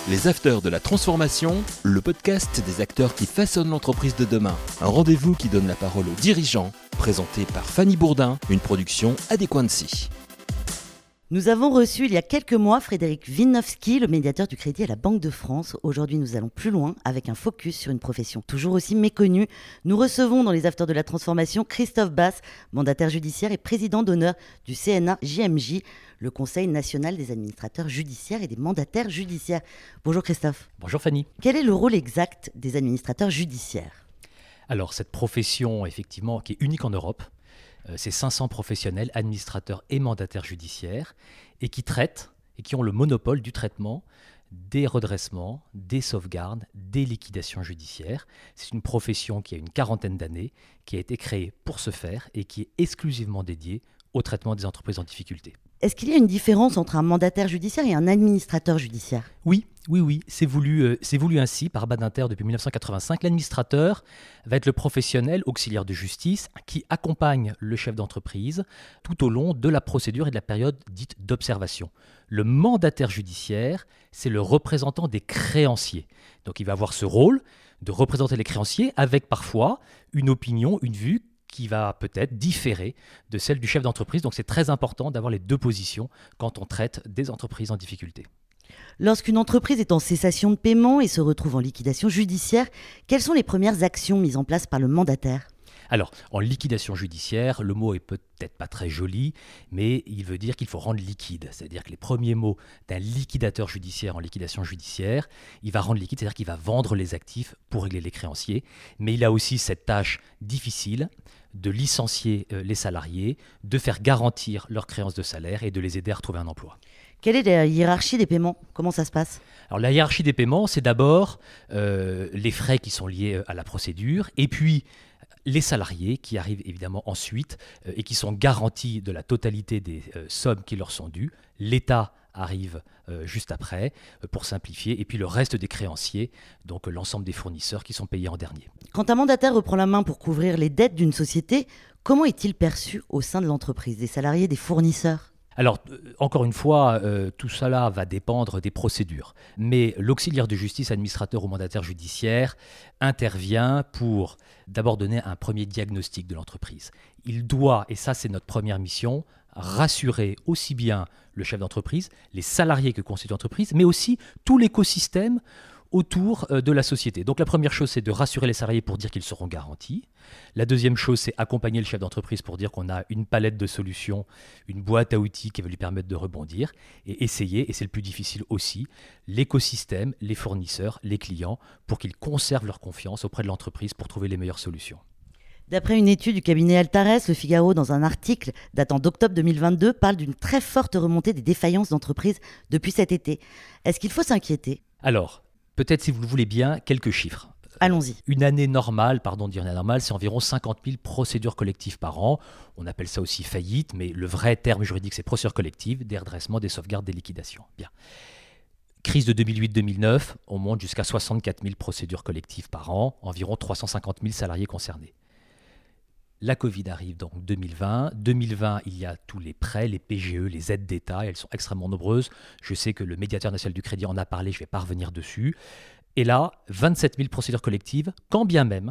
Les Afters de la Transformation, le podcast des acteurs qui façonnent l'entreprise de demain. Un rendez-vous qui donne la parole aux dirigeants, présenté par Fanny Bourdin, une production Adéquancy. Nous avons reçu il y a quelques mois Frédéric Wieniawski, le médiateur du crédit à la Banque de France. Aujourd'hui, nous allons plus loin avec un focus sur une profession toujours aussi méconnue. Nous recevons dans les Afters de la Transformation Christophe Basse, mandataire judiciaire et président d'honneur du CNA-JMJ, le Conseil national des administrateurs judiciaires et des mandataires judiciaires. Bonjour Christophe. Bonjour Fanny. Quel est le rôle exact des administrateurs judiciaires ? Alors cette profession, effectivement, qui est unique en Europe, c'est 500 professionnels, administrateurs et mandataires judiciaires, et qui traitent, et qui ont le monopole du traitement des redressements, des sauvegardes, des liquidations judiciaires. C'est une profession qui a une quarantaine d'années, qui a été créée pour ce faire et qui est exclusivement dédiée au traitement des entreprises en difficulté. Est-ce qu'il y a une différence entre un mandataire judiciaire et un administrateur judiciaire ? Oui, c'est voulu ainsi par Badinter depuis 1985. L'administrateur va être le professionnel auxiliaire de justice qui accompagne le chef d'entreprise tout au long de la procédure et de la période dite d'observation. Le mandataire judiciaire, c'est le représentant des créanciers. Donc il va avoir ce rôle de représenter les créanciers avec parfois une opinion, une vue qui va peut-être différer de celle du chef d'entreprise. Donc c'est très important d'avoir les deux positions quand on traite des entreprises en difficulté. Lorsqu'une entreprise est en cessation de paiement et se retrouve en liquidation judiciaire, quelles sont les premières actions mises en place par le mandataire ? Alors, en liquidation judiciaire, le mot est peut-être pas très joli, mais il veut dire qu'il faut rendre liquide. C'est-à-dire que les premiers mots d'un liquidateur judiciaire en liquidation judiciaire, il va rendre liquide, c'est-à-dire qu'il va vendre les actifs pour régler les créanciers. Mais il a aussi cette tâche difficile de licencier les salariés, de faire garantir leurs créances de salaire et de les aider à retrouver un emploi. Quelle est la hiérarchie des paiements ? Comment ça se passe ? Alors la hiérarchie des paiements, c'est d'abord les frais qui sont liés à la procédure, et puis les salariés qui arrivent évidemment ensuite et qui sont garantis de la totalité des sommes qui leur sont dues. L'État arrive juste après pour simplifier, et puis le reste des créanciers, donc l'ensemble des fournisseurs qui sont payés en dernier. Quand un mandataire reprend la main pour couvrir les dettes d'une société, comment est-il perçu au sein de l'entreprise, des salariés, des fournisseurs ? Alors, encore une fois, tout cela va dépendre des procédures. Mais l'auxiliaire de justice, administrateur ou mandataire judiciaire, intervient pour d'abord donner un premier diagnostic de l'entreprise. Il doit, et ça c'est notre première mission, rassurer aussi bien le chef d'entreprise, les salariés que constitue l'entreprise, mais aussi tout l'écosystème autour de la société. Donc la première chose, c'est de rassurer les salariés pour dire qu'ils seront garantis. La deuxième chose, c'est accompagner le chef d'entreprise pour dire qu'on a une palette de solutions, une boîte à outils qui va lui permettre de rebondir, et essayer, et c'est le plus difficile aussi, l'écosystème, les fournisseurs, les clients, pour qu'ils conservent leur confiance auprès de l'entreprise pour trouver les meilleures solutions. D'après une étude du cabinet Altares, Le Figaro, dans un article datant d'octobre 2022, parle d'une très forte remontée des défaillances d'entreprises depuis cet été. Est-ce qu'il faut s'inquiéter ? Alors, peut-être, si vous le voulez bien, quelques chiffres. Allons-y. Une année normale, c'est environ 50 000 procédures collectives par an. On appelle ça aussi faillite, mais le vrai terme juridique, c'est procédures collectives, des redressements, des sauvegardes, des liquidations. Bien. Crise de 2008-2009, on monte jusqu'à 64 000 procédures collectives par an, environ 350 000 salariés concernés. La Covid arrive donc 2020. 2020, il y a tous les prêts, les PGE, les aides d'État, et elles sont extrêmement nombreuses. Je sais que le médiateur national du crédit en a parlé, je ne vais pas revenir dessus. Et là, 27 000 procédures collectives, quand bien même,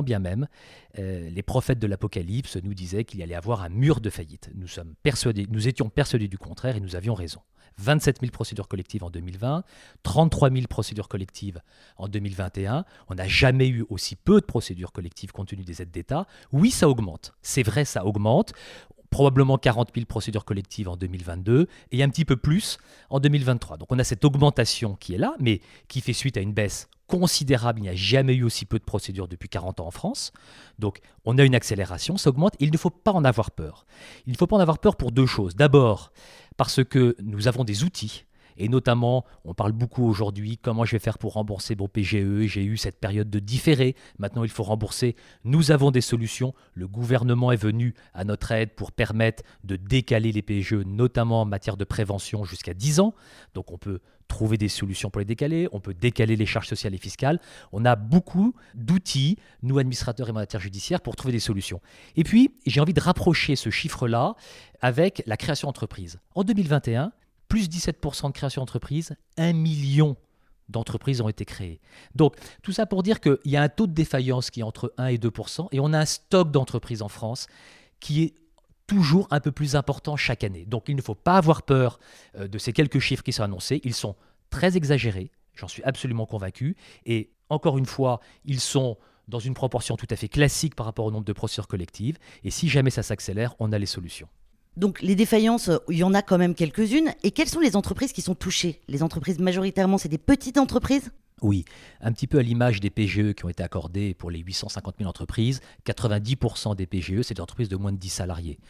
les prophètes de l'Apocalypse nous disaient qu'il y allait avoir un mur de faillite. Nous étions persuadés du contraire et nous avions raison. 27 000 procédures collectives en 2020, 33 000 procédures collectives en 2021. On n'a jamais eu aussi peu de procédures collectives compte tenu des aides d'État. Oui, ça augmente. C'est vrai, ça augmente. Probablement 40 000 procédures collectives en 2022 et un petit peu plus en 2023. Donc on a cette augmentation qui est là, mais qui fait suite à une baisse considérable. Il n'y a jamais eu aussi peu de procédures depuis 40 ans en France. Donc on a une accélération, ça augmente. Il ne faut pas en avoir peur. Il ne faut pas en avoir peur pour deux choses. D'abord, parce que nous avons des outils. Et notamment, on parle beaucoup aujourd'hui, comment je vais faire pour rembourser mon PGE, j'ai eu cette période de différé, maintenant il faut rembourser. Nous avons des solutions, le gouvernement est venu à notre aide pour permettre de décaler les PGE, notamment en matière de prévention jusqu'à 10 ans. Donc on peut trouver des solutions pour les décaler, on peut décaler les charges sociales et fiscales. On a beaucoup d'outils, nous administrateurs et mandataires judiciaires, pour trouver des solutions. Et puis, j'ai envie de rapprocher ce chiffre-là avec la création d'entreprise. En 2021, plus 17% de création d'entreprise, 1 million d'entreprises ont été créées. Donc, tout ça pour dire qu'il y a un taux de défaillance qui est entre 1 et 2%, et on a un stock d'entreprises en France qui est toujours un peu plus important chaque année. Donc, il ne faut pas avoir peur de ces quelques chiffres qui sont annoncés. Ils sont très exagérés, j'en suis absolument convaincu. Et encore une fois, ils sont dans une proportion tout à fait classique par rapport au nombre de procédures collectives. Et si jamais ça s'accélère, on a les solutions. Donc les défaillances, il y en a quand même quelques-unes. Et quelles sont les entreprises qui sont touchées? Les entreprises majoritairement, c'est des petites entreprises? Oui, un petit peu à l'image des PGE qui ont été accordés pour les 850 000 entreprises, 90% des PGE, c'est des entreprises de moins de 10 salariés.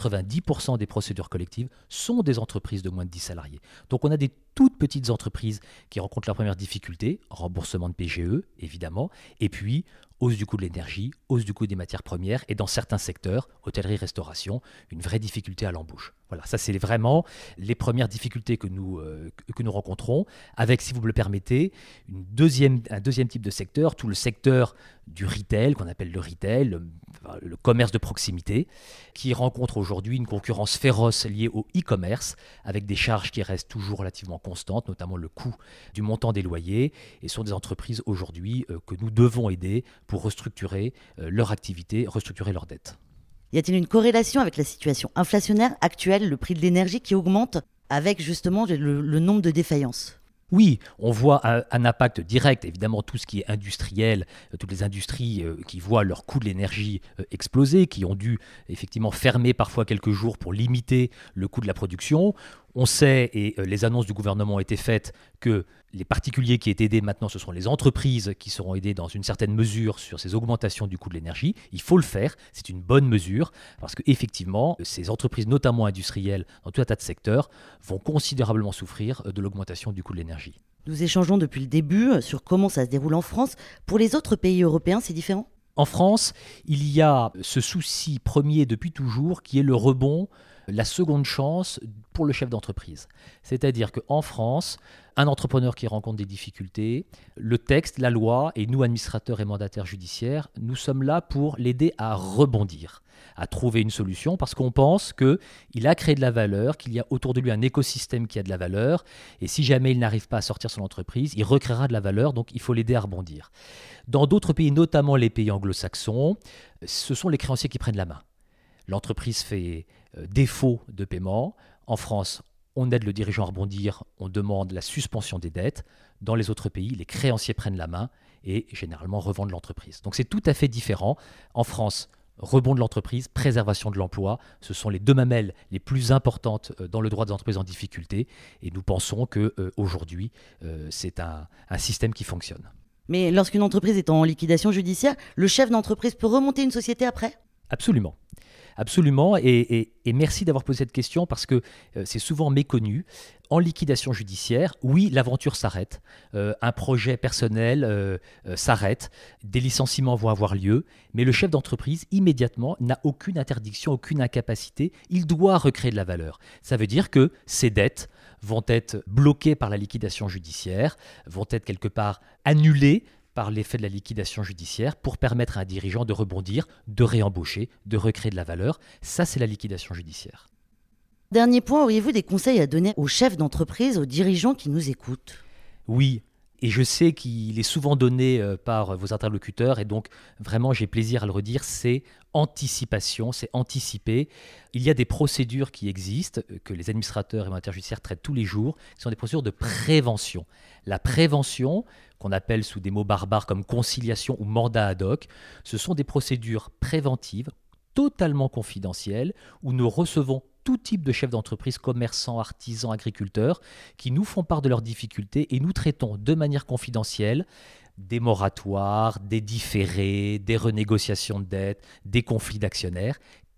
90% des procédures collectives sont des entreprises de moins de 10 salariés. Donc on a des toutes petites entreprises qui rencontrent leurs premières difficultés, remboursement de PGE évidemment, et puis hausse du coût de l'énergie, hausse du coût des matières premières, et dans certains secteurs, hôtellerie, restauration, une vraie difficulté à l'embauche. Voilà, ça c'est vraiment les premières difficultés que nous rencontrons, avec, si vous me le permettez, un deuxième type de secteur, tout le secteur du retail, qu'on appelle le retail, le commerce de proximité, qui rencontre aujourd'hui une concurrence féroce liée au e-commerce, avec des charges qui restent toujours relativement constantes, notamment le coût du montant des loyers, et sont des entreprises aujourd'hui que nous devons aider pour restructurer leur activité, restructurer leurs dettes. Y a-t-il une corrélation avec la situation inflationnaire actuelle, le prix de l'énergie qui augmente, avec justement le nombre de défaillances? Oui, on voit un impact direct, évidemment tout ce qui est industriel, toutes les industries qui voient leur coût de l'énergie exploser, qui ont dû effectivement fermer parfois quelques jours pour limiter le coût de la production. On sait, et les annonces du gouvernement ont été faites, que les particuliers qui étaient aidés maintenant, ce seront les entreprises qui seront aidées dans une certaine mesure sur ces augmentations du coût de l'énergie. Il faut le faire, c'est une bonne mesure, parce qu'effectivement, ces entreprises, notamment industrielles, dans tout un tas de secteurs, vont considérablement souffrir de l'augmentation du coût de l'énergie. Nous échangeons depuis le début sur comment ça se déroule en France. Pour les autres pays européens, c'est différent? En France, il y a ce souci premier depuis toujours qui est le rebond, la seconde chance pour le chef d'entreprise. C'est-à-dire qu'en France, un entrepreneur qui rencontre des difficultés, le texte, la loi, et nous, administrateurs et mandataires judiciaires, nous sommes là pour l'aider à rebondir, à trouver une solution, parce qu'on pense qu'il a créé de la valeur, qu'il y a autour de lui un écosystème qui a de la valeur, et si jamais il n'arrive pas à sortir son entreprise, il recréera de la valeur, donc il faut l'aider à rebondir. Dans d'autres pays, notamment les pays anglo-saxons, ce sont les créanciers qui prennent la main. L'entreprise fait défaut de paiement. En France, on aide le dirigeant à rebondir, on demande la suspension des dettes. Dans les autres pays, les créanciers prennent la main et généralement revendent l'entreprise. Donc c'est tout à fait différent. En France, rebond de l'entreprise, préservation de l'emploi, ce sont les deux mamelles les plus importantes dans le droit des entreprises en difficulté. Et nous pensons qu'aujourd'hui, c'est un système qui fonctionne. Mais lorsqu'une entreprise est en liquidation judiciaire, le chef d'entreprise peut remonter une société après? Absolument. Absolument, et merci d'avoir posé cette question parce que c'est souvent méconnu. En liquidation judiciaire, oui, l'aventure s'arrête, un projet personnel s'arrête, des licenciements vont avoir lieu, mais le chef d'entreprise, immédiatement, n'a aucune interdiction, aucune incapacité, il doit recréer de la valeur. Ça veut dire que ses dettes vont être bloquées par la liquidation judiciaire, vont être quelque part annulées par l'effet de la liquidation judiciaire pour permettre à un dirigeant de rebondir, de réembaucher, de recréer de la valeur. Ça, c'est la liquidation judiciaire. Dernier point, auriez-vous des conseils à donner aux chefs d'entreprise, aux dirigeants qui nous écoutent? Oui, et je sais qu'il est souvent donné par vos interlocuteurs, et donc vraiment j'ai plaisir à le redire, c'est anticipation, c'est anticiper. Il y a des procédures qui existent, que les administrateurs et mandataires judiciaires traitent tous les jours, qui sont des procédures de prévention. La prévention, qu'on appelle sous des mots barbares comme conciliation ou mandat ad hoc, ce sont des procédures préventives, totalement confidentielles, où nous recevons tout type de chefs d'entreprise, commerçants, artisans, agriculteurs, qui nous font part de leurs difficultés et nous traitons de manière confidentielle des moratoires, des différés, des renégociations de dettes, des conflits d'actionnaires.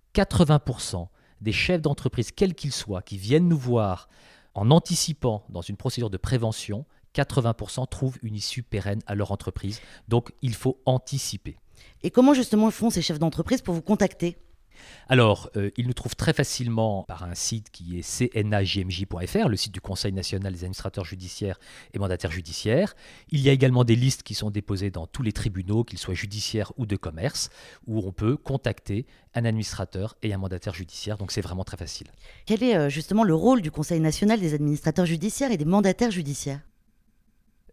80% des chefs d'entreprise, quels qu'ils soient, qui viennent nous voir en anticipant dans une procédure de prévention, 80% trouvent une issue pérenne à leur entreprise. Donc, il faut anticiper. Et comment justement font ces chefs d'entreprise pour vous contacter? Alors, ils nous trouvent très facilement par un site qui est cnajmj.fr, le site du Conseil national des administrateurs judiciaires et mandataires judiciaires. Il y a également des listes qui sont déposées dans tous les tribunaux, qu'ils soient judiciaires ou de commerce, où on peut contacter un administrateur et un mandataire judiciaire. Donc, c'est vraiment très facile. Quel est justement le rôle du Conseil national des administrateurs judiciaires et des mandataires judiciaires?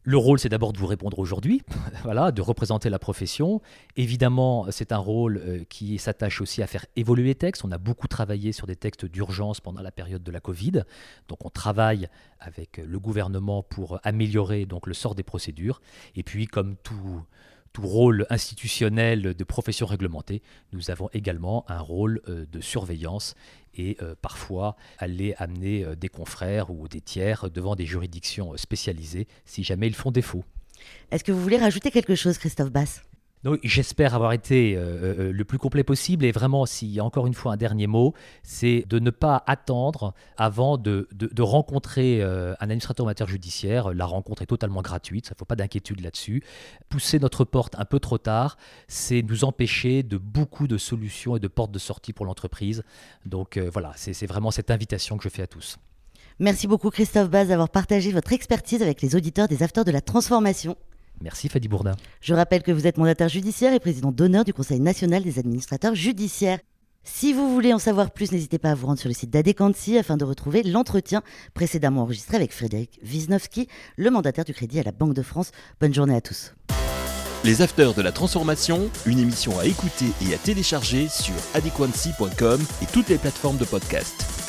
Le rôle, c'est d'abord de vous répondre aujourd'hui, voilà, de représenter la profession. Évidemment, c'est un rôle qui s'attache aussi à faire évoluer les textes. On a beaucoup travaillé sur des textes d'urgence pendant la période de la Covid. Donc, on travaille avec le gouvernement pour améliorer donc, le sort des procédures. Et puis, comme tout rôle institutionnel de profession réglementée, nous avons également un rôle de surveillance et parfois aller amener des confrères ou des tiers devant des juridictions spécialisées si jamais ils font défaut. Est-ce que vous voulez rajouter quelque chose, Christophe Basse ? Donc, j'espère avoir été le plus complet possible et vraiment, s'il y a encore une fois un dernier mot, c'est de ne pas attendre avant de rencontrer un administrateur en matière judiciaire. La rencontre est totalement gratuite, il ne faut pas d'inquiétude là-dessus. Pousser notre porte un peu trop tard, c'est nous empêcher de beaucoup de solutions et de portes de sortie pour l'entreprise. Donc voilà, c'est vraiment cette invitation que je fais à tous. Merci beaucoup Christophe Basse d'avoir partagé votre expertise avec les auditeurs des Acteurs de la Transformation. Merci Fadi Bourdin. Je rappelle que vous êtes mandataire judiciaire et président d'honneur du Conseil national des administrateurs judiciaires. Si vous voulez en savoir plus, n'hésitez pas à vous rendre sur le site d'Adéquancy afin de retrouver l'entretien précédemment enregistré avec Frédéric Wisniewski, le mandataire du Crédit à la Banque de France. Bonne journée à tous. Les Acteurs de la Transformation, une émission à écouter et à télécharger sur adequancy.com et toutes les plateformes de podcast.